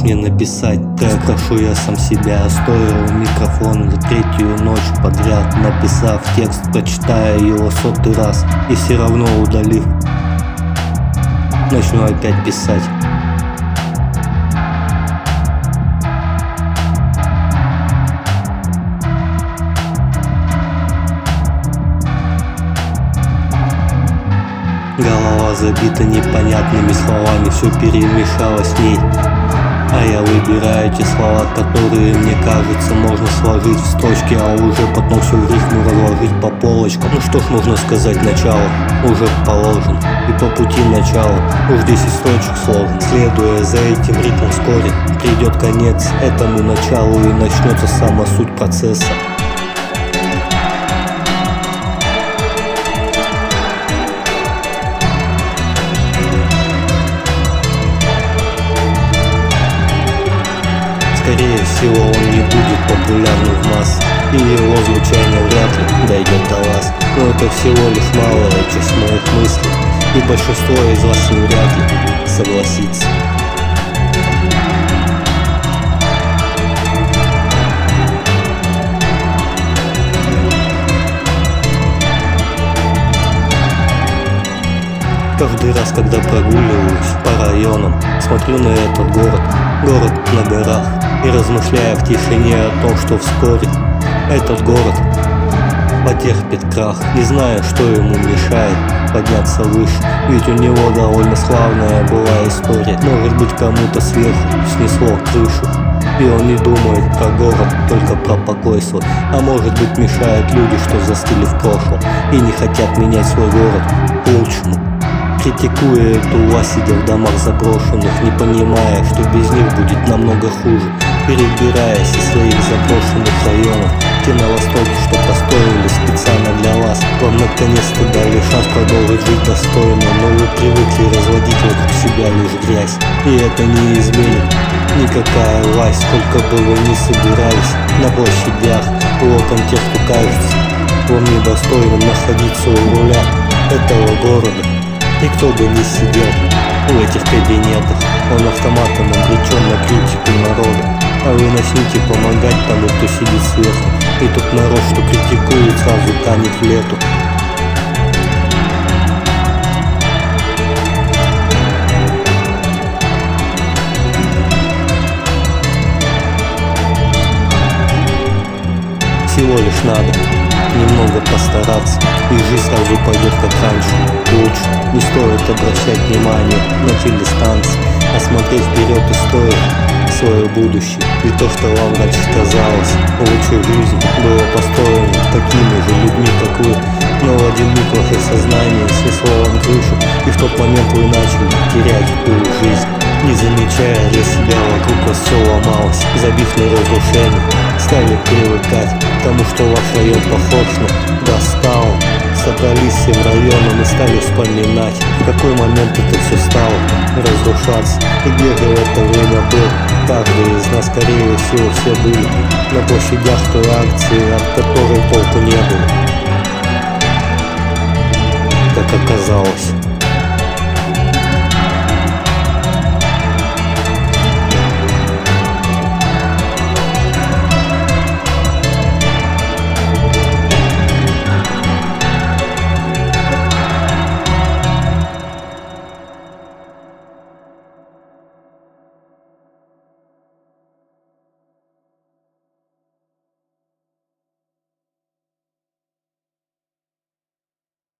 мне написать трек, прошу я сам себя, стоя у микрофона за третью ночь подряд, написав текст, прочитая его 100-й раз и все равно удалив, начну опять писать. Голова забита непонятными словами, все перемешалось в ней. А я выбираю те слова, которые, мне кажется, можно сложить в строчки, а уже потом все в рифму разложить по полочкам. Ну что ж можно сказать, начало уже положен, и по пути начала уж 10 строчек сложен. Следуя за этим ритмом, вскоре придет конец этому началу, и начнется сама суть процесса. Скорее всего, он не будет популярным в масс, и его звучание вряд ли дойдет до вас. Но это всего лишь малая часть моих мыслей, и большинство из вас вряд ли согласится. Каждый раз, когда прогуливаюсь по районам, смотрю на этот город на горах, и размышляя в тишине о том, что вскоре этот город потерпит крах. Не знаю, что ему мешает подняться выше, ведь у него довольно славная была история. Может быть, кому-то сверху снесло крышу, и он не думает про город, только про покой свой. А может быть, мешают люди, что застыли в прошлом и не хотят менять свой город к лучшему. Критикуя эту власть, сидя в домах заброшенных, не понимая, что без них будет намного хуже. Перебираясь из своих заброшенных районов, те на востоке, что построили специально для вас, вам наконец-то дали шанс продолжить жить достойно. Но вы привыкли разводить вокруг себя лишь грязь, и это не изменит никакая власть. Сколько бы вы ни собирались на площадях, окон тех, кто кажется вам недостойным находиться у руля этого города. И кто бы ни сидел в этих кабинетах, он автоматом обречен на критику народа. А вы начните помогать тому, кто сидит сверху, и тот народ, что критикует, сразу канет в лету. Всего лишь надо немного постараться, и жизнь сразу пойдет как раньше, лучше. Не стоит обращать внимание на те дистанции, а смотреть вперед и стоит свое будущее. Ведь то, что вам раньше казалось лучшей жизнью, было построено такими же людьми, как вы. Но в один миг ваше сознание снесло вам крышу, и в тот момент вы начали терять ту жизнь, не замечая для себя вокруг вас все ломалось. Забив на разрушение, стали привыкать к тому, что ваш район похож на Даст-таун. Собрались всем районом и стали вспоминать, в какой момент это все стало разрушаться, и где же в это время был каждый из нас. Скорее всего, все были на площадях той акции, от которой толку не было, как оказалось.